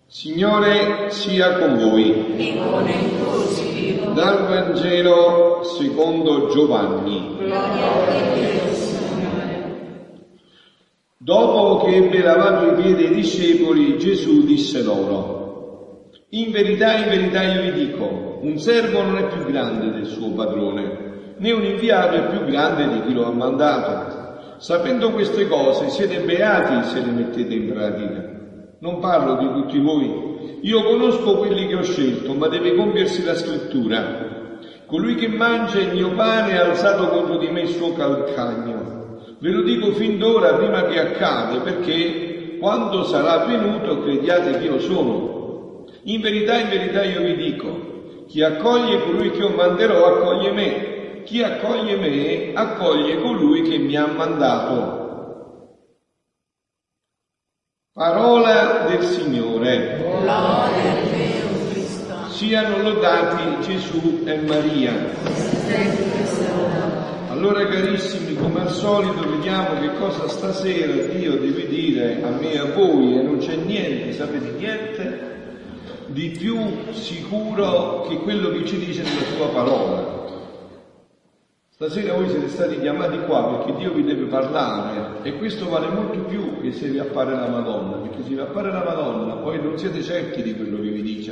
Signore sia con voi. E con il tuo spirito. Dal Vangelo secondo Giovanni. Gloria a te, Signore. Dopo che ebbe lavato i piedi ai discepoli, Gesù disse loro: in verità io vi dico, un servo non è più grande del suo padrone, né un inviato è più grande di chi lo ha mandato. Sapendo queste cose siete beati se le mettete in pratica. Non parlo di tutti voi, io conosco quelli che ho scelto, ma deve compiersi la scrittura. Colui che mangia il mio pane ha alzato contro di me il suo calcagno. Ve lo dico fin d'ora prima che accade, perché quando sarà venuto crediate che io sono. In verità io vi dico, chi accoglie colui che io manderò accoglie me, chi accoglie me accoglie colui che mi ha mandato. Parola del Signore. Gloria a te, Cristo. Siano lodati Gesù e Maria. Allora carissimi, come al solito vediamo che cosa stasera Dio deve dire a me e a voi, e non c'è niente, sapete niente, di più sicuro che quello che ci dice nella sua parola. Stasera voi siete stati chiamati qua perché Dio vi deve parlare, e questo vale molto più che se vi appare la Madonna, perché se vi appare la Madonna poi non siete certi di quello che vi dice,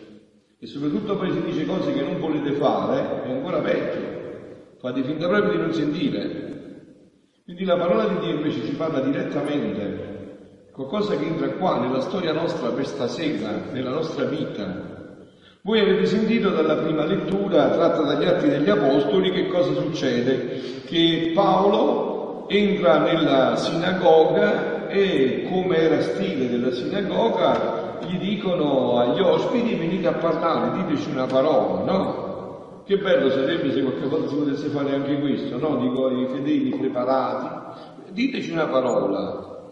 e soprattutto poi si dice cose che non volete fare, è ancora peggio, fate finta proprio di non sentire. Quindi la parola di Dio invece ci parla direttamente, qualcosa che entra qua nella storia nostra per stasera, nella nostra vita. Voi avete sentito dalla prima lettura tratta dagli Atti degli Apostoli che cosa succede? Che Paolo entra nella sinagoga e, come era stile della sinagoga, gli dicono agli ospiti: venite a parlare, diteci una parola, no? Che bello sarebbe se qualche volta si potesse fare anche questo, no? Dico ai fedeli preparati, diteci una parola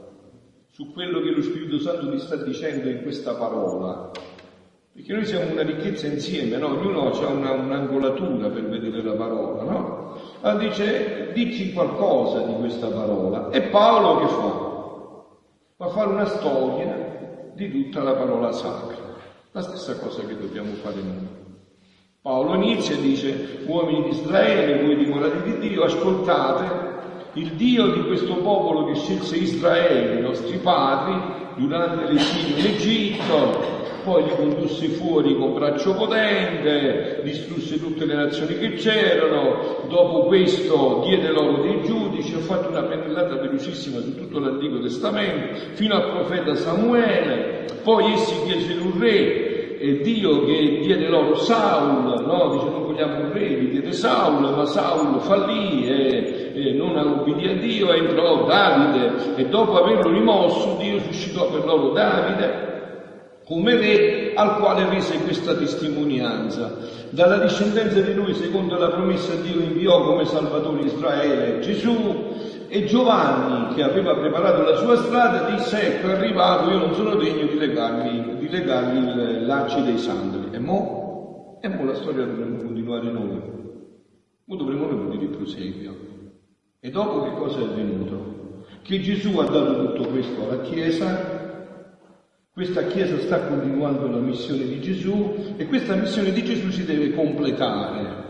su quello che lo Spirito Santo ti sta dicendo in questa parola. Perché noi siamo una ricchezza insieme, no? Ognuno ha un'angolatura per vedere la parola, no? Allora dice: dici qualcosa di questa parola. E Paolo che fa? Va a fare una storia di tutta la parola sacra. La stessa cosa che dobbiamo fare noi. Paolo inizia e dice: uomini di Israele, voi dimorati di Dio, ascoltate il Dio di questo popolo che scelse Israele, i nostri padri, durante l'esilio in Egitto. Poi li condusse fuori con braccio potente, distrusse tutte le nazioni che c'erano, dopo questo diede loro dei giudici, ha fatto una pennellata velocissima su tutto l'Antico Testamento, fino al profeta Samuele. Poi essi chiesero un re, e Dio che diede loro Saul, no? Dice: non vogliamo un re, gli diede Saul, ma Saul fallì e non ubbidì a Dio, e entrò Davide, e dopo averlo rimosso Dio suscitò per loro Davide come re, al quale rese questa testimonianza: dalla discendenza di lui, secondo la promessa, Dio inviò come Salvatore Israele Gesù. E Giovanni, che aveva preparato la sua strada, disse: ecco è arrivato, io non sono degno di legargli i lacci dei sandali. E mo la storia dovremmo continuare noi, mo dovremmo noi dire il proseguio. E dopo che cosa è avvenuto? Che Gesù ha dato tutto questo alla Chiesa. Questa Chiesa sta continuando la missione di Gesù, e questa missione di Gesù si deve completare.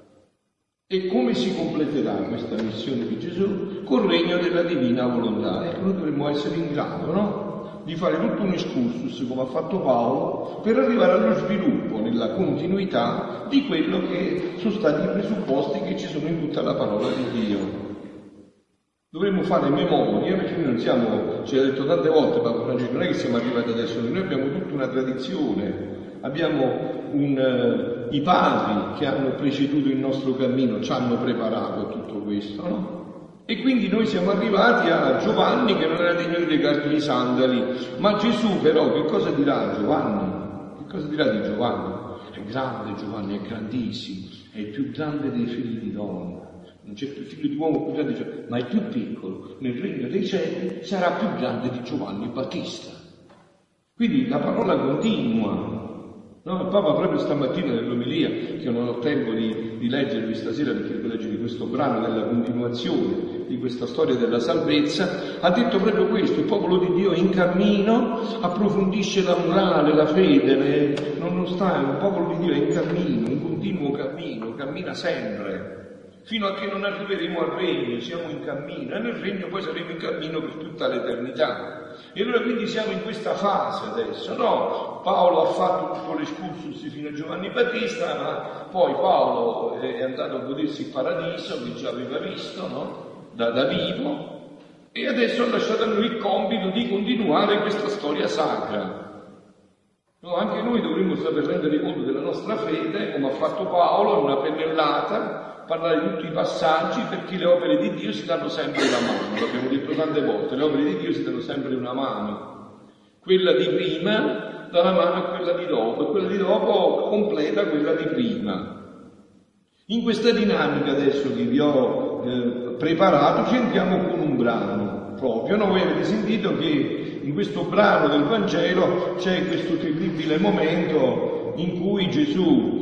E come si completerà questa missione di Gesù? Col regno della divina volontà. E noi dovremmo essere in grado, no? Di fare tutto un excursus, come ha fatto Paolo, per arrivare allo sviluppo, nella continuità di quello che sono stati i presupposti che ci sono in tutta la parola di Dio. Dovremmo fare memoria, perché noi non siamo, ci ha detto tante volte Papa Francesco, non è che siamo arrivati adesso, noi abbiamo tutta una tradizione, abbiamo i padri che hanno preceduto il nostro cammino, ci hanno preparato a tutto questo, no? E quindi noi siamo arrivati a Giovanni che non era degno di legargli i sandali. Ma Gesù però che cosa dirà a Giovanni? Che cosa dirà di Giovanni? È grande Giovanni, è grandissimo, è il più grande dei figli di donna. Non c'è più figlio di uomo più grande, ma il più piccolo nel regno dei cieli sarà più grande di Giovanni Battista. Quindi la parola continua. No, il Papa proprio stamattina nell'omelia, che non ho tempo di di leggervi stasera, perché devo leggere questo brano nella continuazione di questa storia della salvezza, ha detto proprio questo: il popolo di Dio è in cammino, approfondisce la morale, la fede, non sta, il popolo di Dio è in cammino, in continuo cammino, cammina sempre, fino a che non arriveremo al regno, siamo in cammino, e nel regno poi saremo in cammino per tutta l'eternità. E allora quindi siamo in questa fase adesso, no? Paolo ha fatto tutto l'escursus fino a Giovanni Battista, ma poi Paolo è andato a godersi il paradiso che già aveva visto, no? Da vivo, e adesso ha lasciato a noi il compito di continuare questa storia sacra. No, anche noi dovremmo saper rendere conto della nostra fede, come ha fatto Paolo, in una pennellata, parlare di tutti i passaggi, perché le opere di Dio si danno sempre una mano, l'abbiamo detto tante volte, le opere di Dio si danno sempre una mano, quella di prima dà la mano a quella di dopo, e quella di dopo completa quella di prima. In questa dinamica adesso che vi ho preparato ci entriamo con un brano proprio, no? Voi avete sentito che in questo brano del Vangelo c'è questo terribile momento in cui Gesù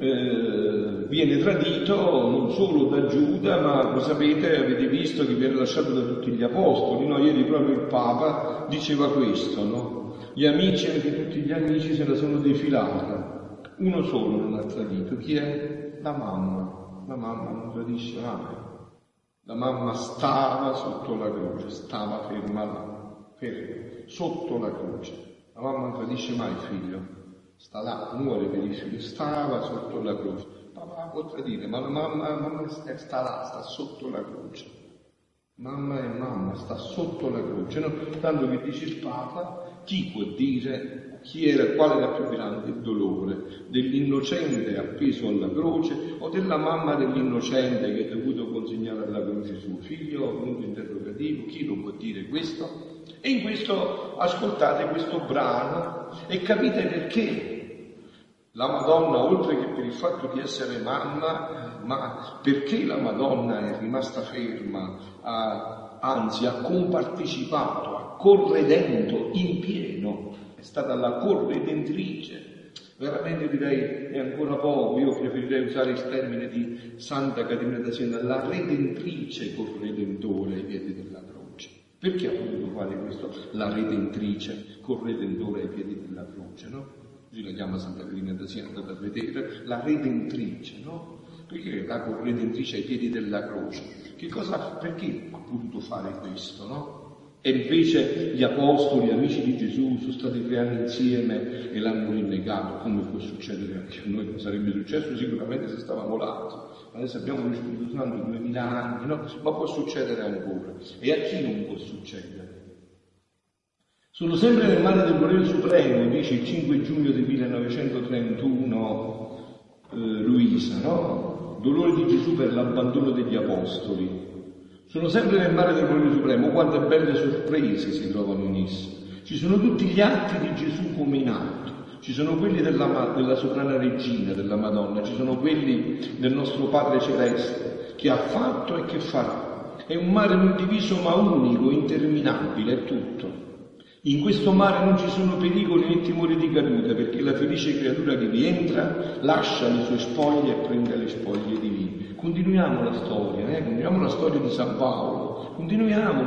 viene tradito non solo da Giuda, ma lo sapete, avete visto che viene lasciato da tutti gli apostoli, no? Ieri proprio il Papa diceva questo, no? Gli amici, anche tutti gli amici se la sono defilata, uno solo non ha tradito, chi è? La mamma non tradisce mai, la mamma stava sotto la croce, stava ferma là, sotto la croce, la mamma non tradisce mai il figlio, sta là, muore per il figlio, stava sotto la croce. Papà può tradire, ma la mamma sta là, sta sotto la croce. Mamma è mamma, sta sotto la croce. No? Tanto che dice il Papa, chi può dire qual era più grande il dolore? Dell'innocente appeso alla croce o della mamma dell'innocente che ha dovuto consegnare alla croce suo figlio? Punto interrogativo, chi lo può dire questo? E in questo ascoltate questo brano e capite perché la Madonna, oltre che per il fatto di essere mamma, ma perché la Madonna è rimasta ferma, anzi ha compartecipato, ha corredento in pieno, è stata la corredentrice. Veramente direi è ancora poco, io preferirei usare il termine di Santa Caterina da Siena, la redentrice corredentore ai piedi della croce. Perché ha potuto fare questo? La redentrice corredentore ai piedi della croce, no? Così la chiama Santa Caterina da Siena, andate a vedere, la redentrice, no? Perché la corredentrice ai piedi della croce? Perché ha potuto fare questo, no? E invece gli apostoli, amici di Gesù, sono stati 3 anni insieme e l'hanno rinnegato, come può succedere anche a noi, non sarebbe successo sicuramente se stavamo là. Adesso abbiamo lo Spirito Santo 2000 anni, no? Ma può succedere ancora. E a chi non può succedere? Sono sempre nel mare del volere supremo, dice il 5 giugno del 1931 Luisa, no? Dolore di Gesù per l'abbandono degli apostoli. Sono sempre nel mare del volere supremo, quante belle sorprese si trovano in esso. Ci sono tutti gli atti di Gesù come in atto, ci sono quelli della sovrana regina, della Madonna, ci sono quelli del nostro Padre Celeste, che ha fatto e che farà. È un mare non diviso ma unico, interminabile, è tutto. In questo mare non ci sono pericoli né timori di caduta, perché la felice creatura che vi entra lascia le sue spoglie e prende le spoglie divine. Continuiamo la storia di San Paolo, continuiamo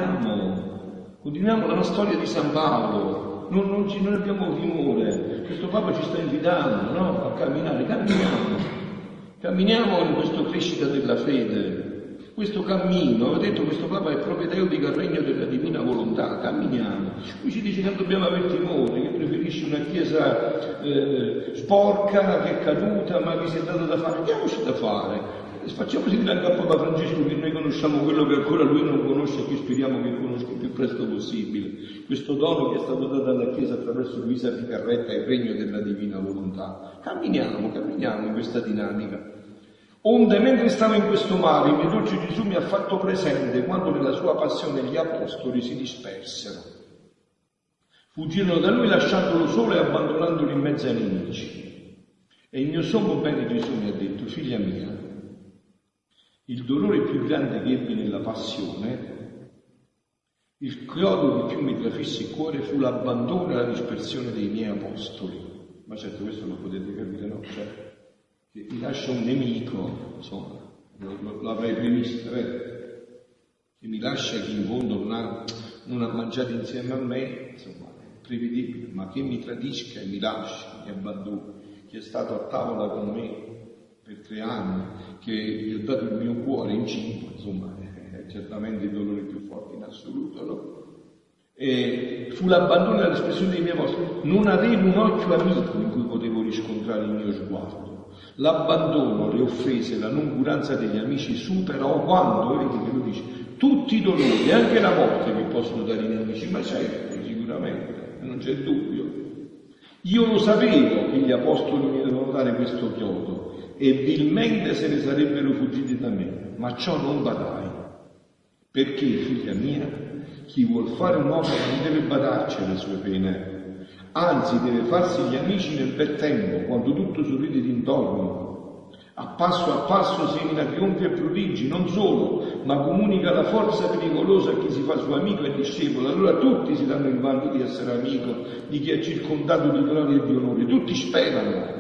la storia di San Paolo, non abbiamo timore, questo Papa ci sta invitando, no? A camminare, camminiamo in questa crescita della fede. Questo cammino, ho detto, questo Papa è propedeutico al regno della divina volontà, camminiamo. Lui ci dice che non dobbiamo aver timore, che preferisce una chiesa sporca, che è caduta, ma vi si è dato da fare, diamoci da fare. Facciamoci dire anche a Papa Francesco che noi conosciamo quello che ancora lui non conosce e che speriamo che conosca il più presto possibile. Questo dono che è stato dato alla Chiesa attraverso Luisa Picarretta è il regno della divina volontà. Camminiamo in questa dinamica. Onde, mentre stavo in questo mare, il mio dolce Gesù mi ha fatto presente quando nella sua passione gli apostoli si dispersero. Fuggirono da lui lasciandolo solo e abbandonandolo in mezzo ai nemici. E il mio sommo bene Gesù mi ha detto: figlia mia, il dolore più grande che ebbi nella passione, il chiodo che più mi trafisse il cuore, fu l'abbandono e la dispersione dei miei apostoli. Ma certo questo lo potete capire, no? che mi lascia un nemico, insomma, l'avrei prevista, vero? Che mi lascia chi in fondo non ha mangiato insieme a me, insomma, è prevedibile, ma che mi tradisca e mi lasci, mi abbandoni, che è stato a tavola con me per 3 anni, che gli ho dato il mio cuore in cibo, insomma, è certamente il dolore più forte in assoluto, no? E fu l'abbandono dell'espressione dei miei vostri, non avevo un occhio amico in cui potevo riscontrare il mio sguardo. L'abbandono, le offese, la noncuranza degli amici superò quando, vedi che lo dice, tutti i dolori, anche la morte mi possono dare i nemici, ma certo, sicuramente, non c'è dubbio. Io lo sapevo che gli apostoli mi dovevano dare questo chiodo e vilmente se ne sarebbero fuggiti da me, ma ciò non badai, perché, figlia mia, chi vuol fare un'opera non deve badarci alle sue pene, anzi deve farsi gli amici nel bel tempo, quando tutto sorride d'intorno. A passo semina trionfi e prodigi, non solo, ma comunica la forza pericolosa a chi si fa suo amico e discepolo. Allora tutti si danno il vanto di essere amico di chi è circondato di gloria e di onore, tutti sperano.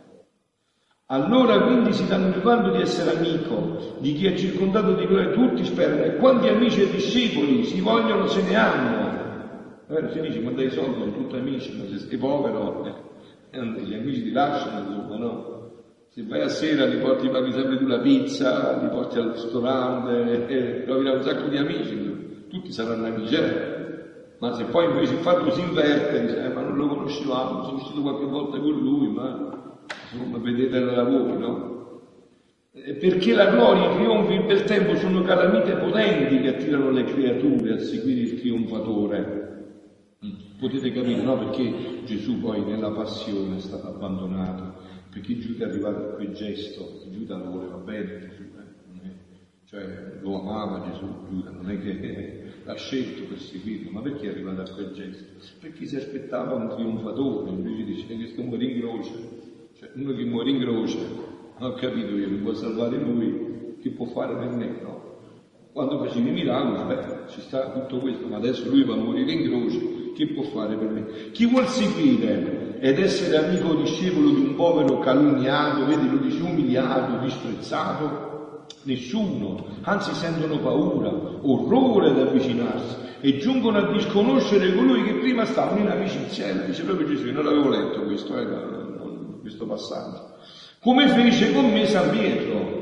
Allora quindi si danno il vanto di essere amico di chi è circondato di gloria, tutti sperano, e quanti amici e discepoli si vogliono se ne hanno. Si dice, ma dai soldi, sono tutti amici, ma se sei povero, gli amici ti lasciano, insomma, no? Se vai a sera li paghi sempre tu la pizza, li porti al ristorante, troverai un sacco di amici, tutti saranno amici, ma se poi invece il fatto si inverte, dice, ma non lo conoscevamo, sono uscito qualche volta con lui, ma insomma vedete da lavoro, no? Perché la gloria, i trionfi, il bel tempo sono calamite potenti che attirano le creature a seguire il trionfatore. Potete capire, no? Perché Gesù poi nella passione è stato abbandonato, perché Giuda è arrivato a quel gesto, Giuda lo voleva bene Gesù, cioè lo amava Gesù, Giuda, non è che l'ha scelto per seguirlo, ma perché è arrivato a quel gesto? Perché si aspettava un trionfatore, invece dice che muore in croce, cioè uno che muore in croce, non ho capito io, mi può salvare lui, che può fare per me, no? Quando facevi i miracoli, ci sta tutto questo, ma adesso lui va a morire in croce, che può fare per me? Chi vuol seguire ed essere amico o discepolo di un povero calunniato, vedi, lo dice, umiliato, disprezzato? Nessuno, anzi sentono paura, orrore ad avvicinarsi e giungono a disconoscere colui che prima stavano in amicizia. Dice proprio Gesù, non l'avevo letto questo passaggio, come fece con me San Pietro.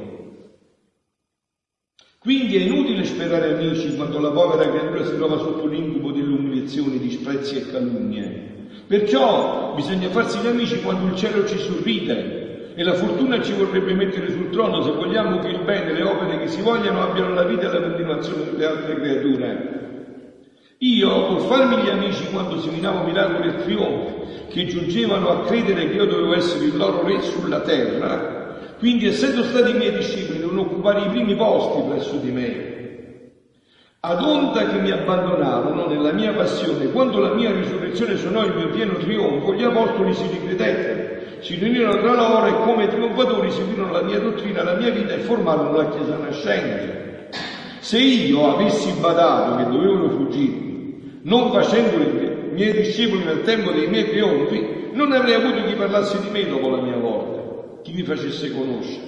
Quindi è inutile sperare amici quando la povera creatura si trova sotto l'incubo dell'umiliazione, disprezzi e calunnie. Perciò bisogna farsi gli amici quando il cielo ci sorride e la fortuna ci vorrebbe mettere sul trono, se vogliamo che il bene, le opere che si vogliano abbiano la vita e la continuazione delle altre creature. Io, col farmi gli amici quando seminavo miracoli e trionfi che giungevano a credere che io dovevo essere il loro re sulla terra, quindi essendo stati i miei discepoli devono occupare i primi posti presso di me. Ad onta che mi abbandonarono nella mia passione, quando la mia risurrezione suonò il mio pieno trionfo, gli apostoli si ricredettero, si riunirono tra loro e come trionfatori seguirono la mia dottrina, la mia vita e formarono la Chiesa nascente. Se io avessi badato che dovevano fuggire, non facendo i miei discepoli nel tempo dei miei trionfi, non avrei avuto chi parlasse di me dopo la mia morte, chi mi facesse conoscere.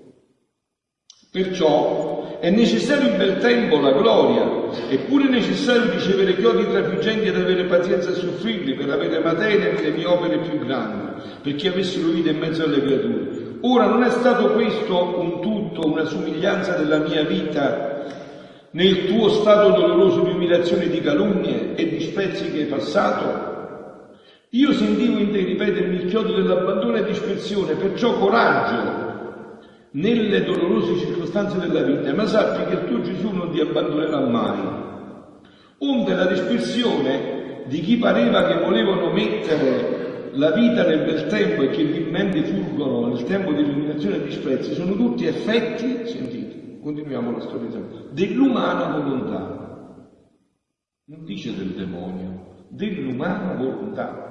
Perciò è necessario il bel tempo, la gloria, eppure è necessario ricevere chiodi trafiggenti ed avere pazienza a soffrirli per avere materia nelle mie opere più grandi, perché avessero vita in mezzo alle creature. Ora non è stato questo un tutto, una somiglianza della mia vita nel tuo stato doloroso di umiliazione, di calunnie e di spezzi che hai passato? Io sentivo in te ripetermi il chiodo dell'abbandono e dispersione, perciò coraggio nelle dolorose circostanze della vita, ma sappi che il tuo Gesù non ti abbandonerà mai. Onde la dispersione di chi pareva che volevano mettere la vita nel bel tempo e che vilmente fuggono nel tempo di illuminazione e disprezzi, sono tutti effetti, sentite, continuiamo la storia, dell'umana volontà. Non dice del demonio, dell'umana volontà.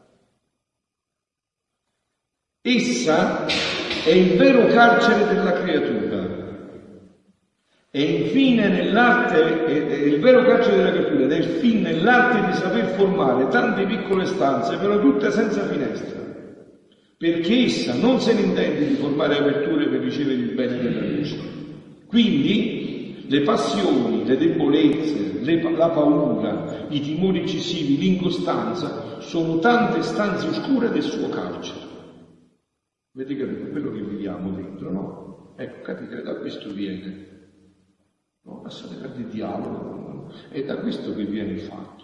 Essa è il vero carcere della creatura. E infine nell'arte, è il vero carcere della creatura, ed è il fin nell'arte di saper formare tante piccole stanze, però tutte senza finestra, perché essa non se ne intende di formare aperture per ricevere il bene della luce. Quindi le passioni, le debolezze, la paura, i timori eccessivi, l'incostanza sono tante stanze oscure del suo carcere. Avete capito quello che viviamo dentro, no? Ecco, capite, da questo viene. No? Lasciate perdere il dialogo, è da questo che viene il fatto.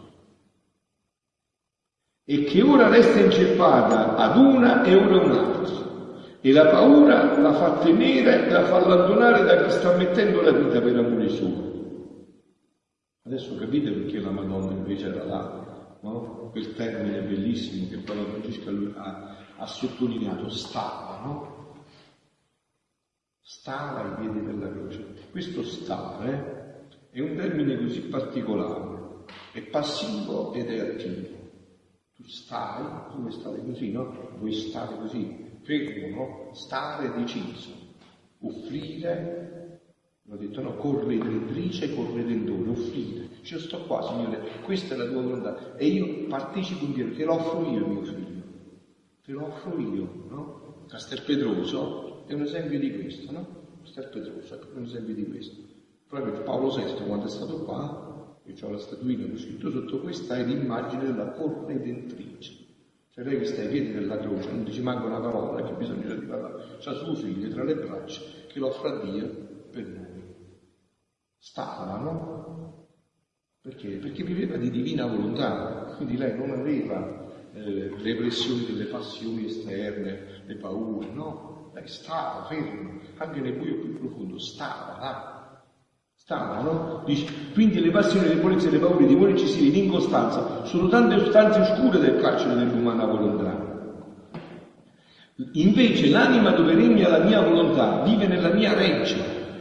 E che ora resta inceppata ad una e ora un'altra. E la paura la fa temere, la fa allontanare da chi sta mettendo la vita per amore suo. Adesso capite perché la Madonna invece era là, no? Quel termine bellissimo che Papa Francesco ha sottolineato, stava, no? Stava ai piedi della croce. Questo stare è un termine così particolare, è passivo ed è attivo. Tu stai, tu vuoi stare così, no? Vuoi stare così, fermo, no? Stare deciso, offrire, l'ho detto, no? Corredentrice, corredentore, offrire. Io sto qua, Signore, questa è la tua volontà e io partecipo in Dio, te lo offro io, mio figlio, te lo offro io, no? Castel Pedroso è un esempio di questo, no? Castel Pedroso è un esempio di questo. Proprio Paolo VI, quando è stato qua, io ho la statuina che ho scritto sotto, questa è l'immagine della corredentrice. Cioè lei che sta ai piedi della croce, non dice manca una parola, che bisogna di parlare, c'ha suo figlio tra le braccia, che lo offre a Dio per noi. Stava, no? Perché? Perché viveva di divina volontà, quindi lei non aveva le pressioni delle passioni esterne, le paure, no? Lei stava ferma, anche nel buio più profondo, stava là. Stava, no? Dice, quindi le passioni, le debolezze, le paure, i timori eccessivi, l'incostanza sono tante stanze oscure del carcere dell'umana volontà. Invece l'anima dove regna la mia volontà vive nella mia reggia,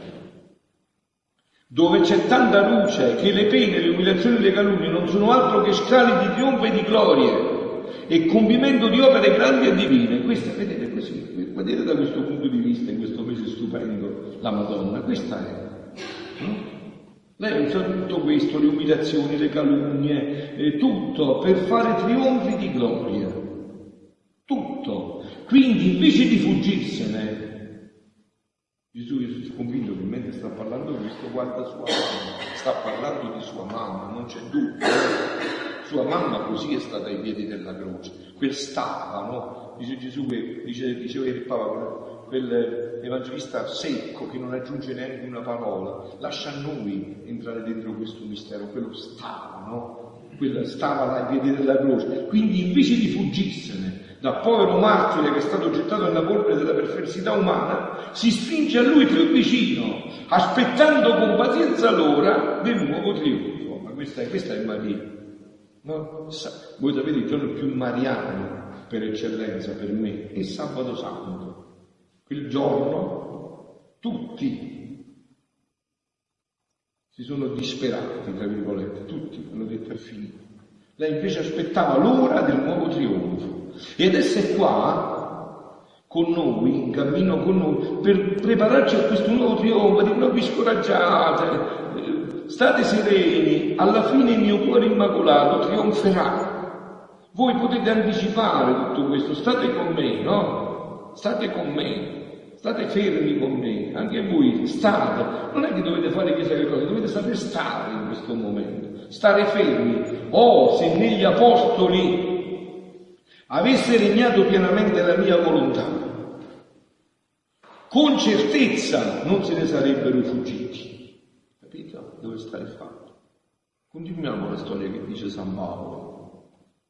dove c'è tanta luce che le pene, le umiliazioni e le calunnie non sono altro che scali di trionfo e di glorie e compimento di opere grandi e divine. Questa, vedete così, vedete da questo punto di vista, in questo mese stupendo, la Madonna, questa è. Lei usa tutto questo, le umiliazioni, le calunnie, tutto per fare trionfi di gloria, tutto. Quindi invece di fuggirsene, Gesù è convinto che mentre sta parlando questo guarda sua mamma, sta parlando di sua mamma, non c'è dubbio. Sua mamma così è stata ai piedi della croce, quel stava, no? Dice Gesù che diceva il Papa, quell'evangelista secco che non aggiunge neanche una parola, lascia a noi entrare dentro questo mistero, quello stava, no? Quello stava là ai piedi della croce. Quindi invece di fuggirsene da povero martire che è stato gettato nella polvere della perversità umana, si stringe a lui più vicino, aspettando con pazienza l'ora del nuovo trionfo. Ma questa è Maria, no? Voi sapete il giorno più mariano per eccellenza per me è Sabato Santo. Quel giorno tutti si sono disperati, tra virgolette, tutti hanno detto è finito. Lei invece aspettava l'ora del nuovo trionfo e adesso è qua con noi, in cammino con noi, per prepararci a questo nuovo trionfo. Dico, non vi scoraggiate, state sereni, alla fine il mio cuore immacolato trionferà. Voi potete anticipare tutto questo, state con me, no? State con me. State fermi con me, anche voi state, non è che dovete fare chissà che cosa, dovete saper stare in questo momento, stare fermi. Oh, se negli apostoli avesse regnato pienamente la mia volontà, con certezza non se ne sarebbero fuggiti. Capito? Dove sta il fatto? Continuiamo la storia che dice San Paolo.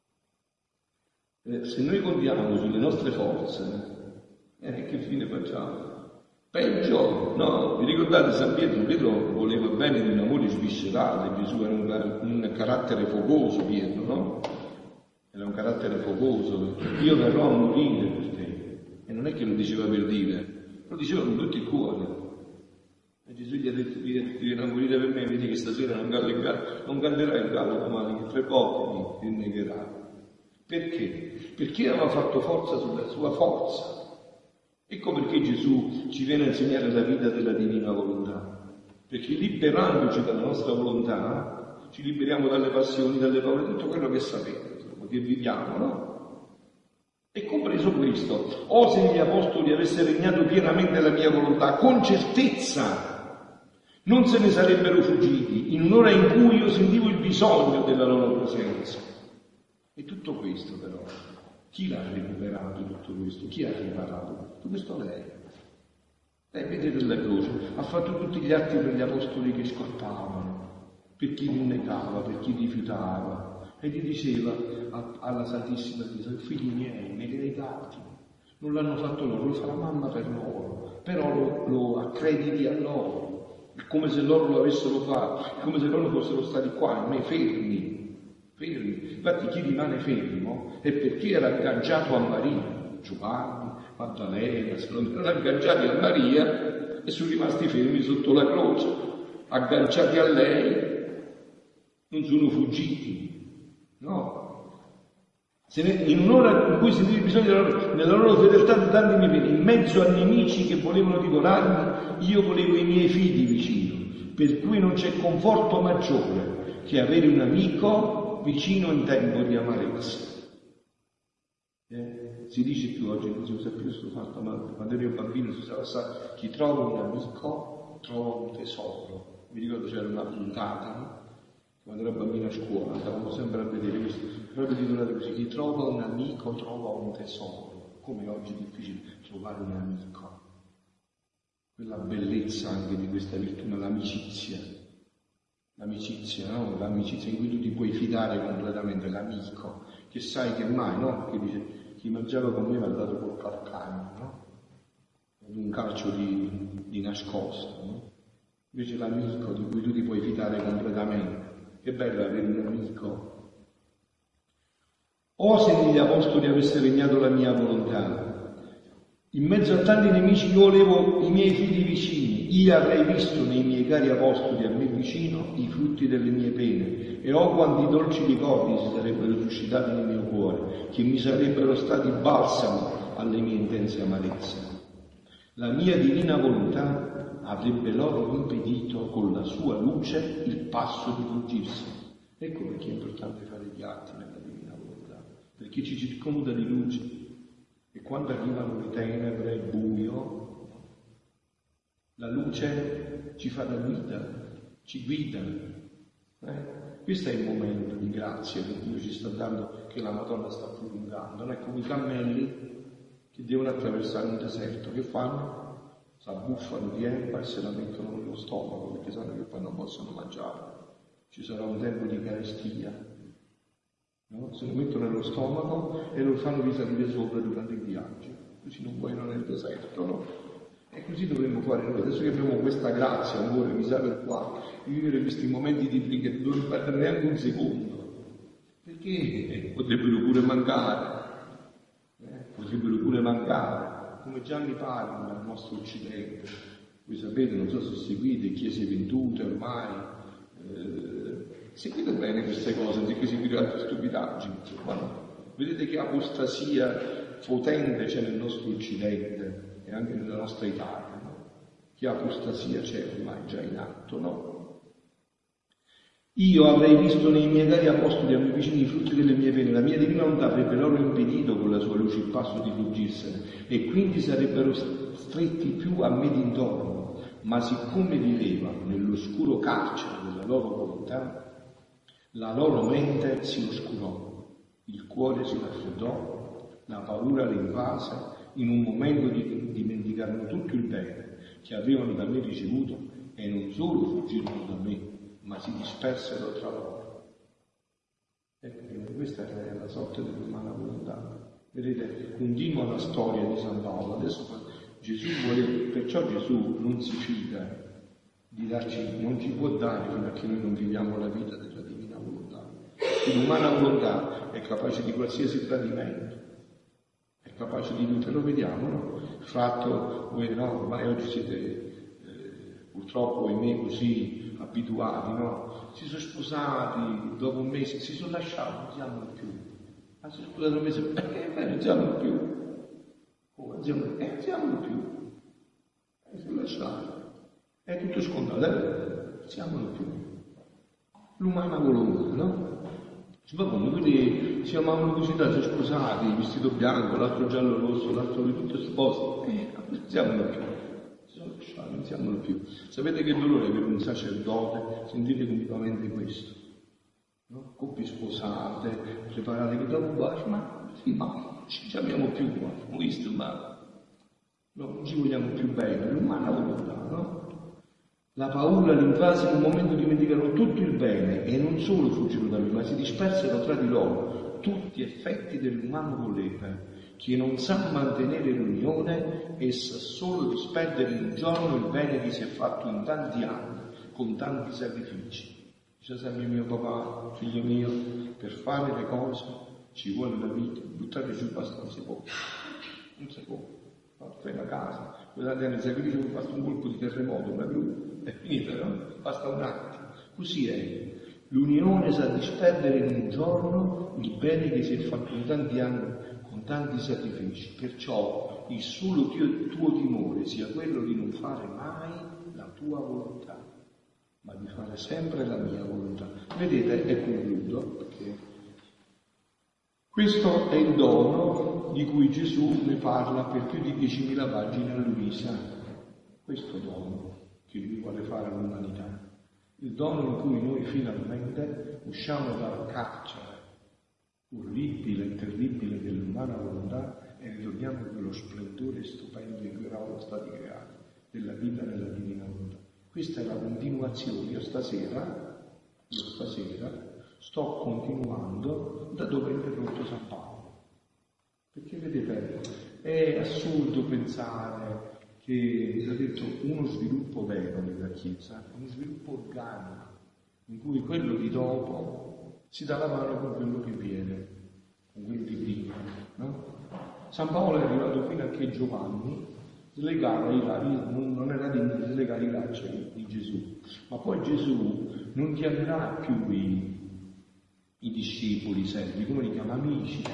Se noi contiamo sulle nostre forze, che fine facciamo? Peggio, no? Vi ricordate San Pietro? Pietro voleva bene di un amore sviscerato, Gesù era un carattere focoso, Pietro, no? Era un carattere focoso, io verrò a morire per te. E non è che lo diceva per dire, lo diceva con tutto il cuore. E Gesù gli ha detto, vieni a morire per me, vedi che stasera non canterai il gallo domani, che 3 volte ti negherai. Perché? Perché aveva fatto forza sulla sua forza. Ecco perché Gesù ci viene a insegnare la vita della divina volontà, perché liberandoci dalla nostra volontà ci liberiamo dalle passioni, dalle paure, tutto quello che sapete, insomma, che viviamo, no? E compreso compreso questo, o se gli apostoli avessero regnato pienamente la mia volontà, con certezza non se ne sarebbero fuggiti in un'ora in cui io sentivo il bisogno della loro presenza. E tutto questo però, chi l'ha recuperato tutto questo? Chi ha riparato tutto questo? Lei. Lei, vedete la croce, ha fatto tutti gli atti per gli apostoli che scortavano, per chi rinnegava, per chi rifiutava, e gli diceva alla Santissima Chiesa: figli miei, me li hai dati, non l'hanno fatto loro, lo fa la mamma per loro, però lo accrediti a loro, è come se loro lo avessero fatto, è come se loro fossero stati qua, in me fermi. Infatti chi rimane fermo è perché era agganciato a Maria, Giovanni, Maddalena, erano agganciati a Maria e sono rimasti fermi sotto la croce, agganciati a lei, non sono fuggiti. No, in un'ora in cui sentivi il bisogno nella loro fedeltà di darmi bene, in mezzo a nemici che volevano divorarmi, io volevo i miei figli vicino, per cui non c'è conforto maggiore che avere un amico vicino in tempo di amarezza. Si dice più oggi, non si usa più questo fatto, ma quando ero bambino si usava assai: chi trova un amico trova un tesoro. Mi ricordo c'era una puntata, no? Quando ero bambino a scuola andavamo sempre a vedere questo, proprio titolato così: chi trova un amico trova un tesoro. Come oggi è difficile trovare un amico, quella bellezza anche di questa virtù, l'amicizia, no? L'amicizia in cui tu ti puoi fidare completamente, l'amico, che sai che mai, no? Che dice: chi mangiava con me mi ha dato col calcagno, no? Un calcio di nascosto, no? Invece l'amico di cui tu ti puoi fidare completamente. Che bello avere un amico. O se gli apostoli avesse regnato la mia volontà, in mezzo a tanti nemici io volevo i miei figli vicini, io avrei visto nei miei cari apostoli a me vicino i frutti delle mie pene, e oh quanti dolci ricordi si sarebbero suscitati nel mio cuore, che mi sarebbero stati balsamo alle mie intense amarezze. La mia divina volontà avrebbe loro impedito con la sua luce il passo di fuggirsi. Ecco perché è importante fare gli atti nella divina volontà, perché ci circonda di luce, e quando arrivano le tenebre, il buio, la luce ci fa da guida, ci guida. Questo è il momento di grazia che Dio ci sta dando, che la Madonna sta prolungando. Non è come i cammelli che devono attraversare un deserto, che fanno? Si abbuffano di erba e se la mettono nello stomaco, perché sanno che poi non possono mangiare. Ci sarà un tempo di carestia, no? Se lo mettono nello stomaco e lo fanno risalire sopra durante il viaggio, così non muoiono nel deserto, no? E così dovremmo fare noi. Adesso che abbiamo questa grazia, amore, mi sa per qua, di vivere questi momenti di preghiera, non devo perdere neanche un secondo, perché potrebbero pure mancare, come Gianni parla nel nostro Occidente. Voi sapete, non so se seguite chiese vendute ormai, seguite bene queste cose, anziché seguire altre stupidaggini. Vedete che apostasia potente c'è nel nostro Occidente e anche nella nostra Italia, no? Che apostasia c'è ormai già in atto, no? Io avrei visto nei miei cari apostoli a me vicini i frutti delle mie pene, la mia divina volontà avrebbe loro impedito con la sua luce il passo di fuggirsene, e quindi sarebbero stretti più a me d'intorno, ma siccome vivevano nell'oscuro carcere della loro volontà, la loro mente si oscurò, il cuore si raffreddò, la paura le invase, in un momento dimenticarono tutto il bene che avevano da me ricevuto, e non solo fuggirono da me, ma si dispersero tra loro. Ecco, questa è la sorte dell'umana volontà. Vedete, continua la storia di San Paolo. Adesso Gesù perciò Gesù non si fida di darci, non ci può dare fino a che noi non viviamo la vita della divina volontà. L'umana volontà è capace di qualsiasi tradimento, è capace di tutto, lo vediamo, no? Il fatto, voi no, ormai oggi siete purtroppo ahimè così abituati, no? Si sono sposati, dopo un mese si sono lasciati, non si amano più. Ma si sono sposati un mese, non si amano più. Come? Non si amano più. Si sono lasciati. È tutto scontato, non si amano più. L'umana volontà, no? Ma come? Quelli si amavano così da sono sposati, il vestito bianco, l'altro giallo rosso, l'altro di tutto sposi. Non siamo più. Non siamo più. Sapete che dolore per un sacerdote? Sentite continuamente questo. No? Coppie sposate, preparate che dopo un bacio, ma sì, ma non ci chiamiamo più qua, abbiamo visto, ma no, non ci vogliamo più bene, l'umana volontà, no? La paura, l'infasi in un momento dimenticarono tutto il bene e non solo fuggirono da lui, ma si dispersero tra di loro, tutti effetti dell'umano volere. Chi non sa mantenere l'unione e sa solo disperdere in un giorno il bene che si è fatto in tanti anni, con tanti sacrifici. Dice sempre mio papà, figlio mio, per fare le cose ci vuole la vita, buttare giù basta un secondo. Un secondo. Fai la casa, guardate nel sacrificio, basta un colpo di terremoto, una gru, è finita, no? Basta un attimo. Così è. L'unione sa disperdere in un giorno il bene che si è fatto in tanti anni, con tanti sacrifici. Perciò il solo tuo timore sia quello di non fare mai la tua volontà, ma di fare sempre la mia volontà. Vedete, e concludo, perché questo è il dono di cui Gesù ne parla per più di 10.000 pagine a Luisa. Questo dono che lui vuole fare all'umanità. Il dono in cui noi finalmente usciamo dal carcere orribile e terribile dell'umana volontà e ritorniamo a quello splendore stupendo in cui eravamo stati creati, della vita nella divina volontà. Questa è la continuazione. Io stasera sto continuando da dove è interrotto San Paolo. Perché vedete, è assurdo pensare che, ha detto, uno sviluppo vero nella Chiesa, uno sviluppo organico, in cui quello di dopo si dà la mano con quello che viene, con quello di prima, no? San Paolo è arrivato fino a che Giovanni slegava i lacci, non era degno di slegare i lacci di Gesù, ma poi Gesù non chiamerà più i discepoli servi, come li chiama? Amici,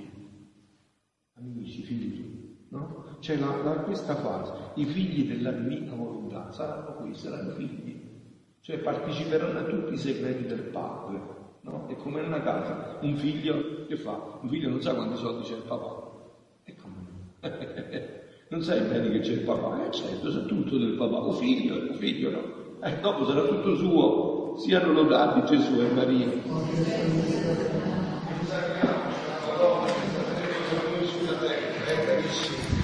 figli, no? C'è questa fase, i figli della divina volontà saranno figli, cioè parteciperanno a tutti i segreti del Padre, no? È come in una casa, un figlio che fa? Un figlio non sa quanti soldi c'è il papà, e come? Non sai bene che c'è il papà, certo, sa tutto del papà, o figlio no? Dopo sarà tutto suo, siano lodati Gesù e Maria. Sulla terra, è carissimo.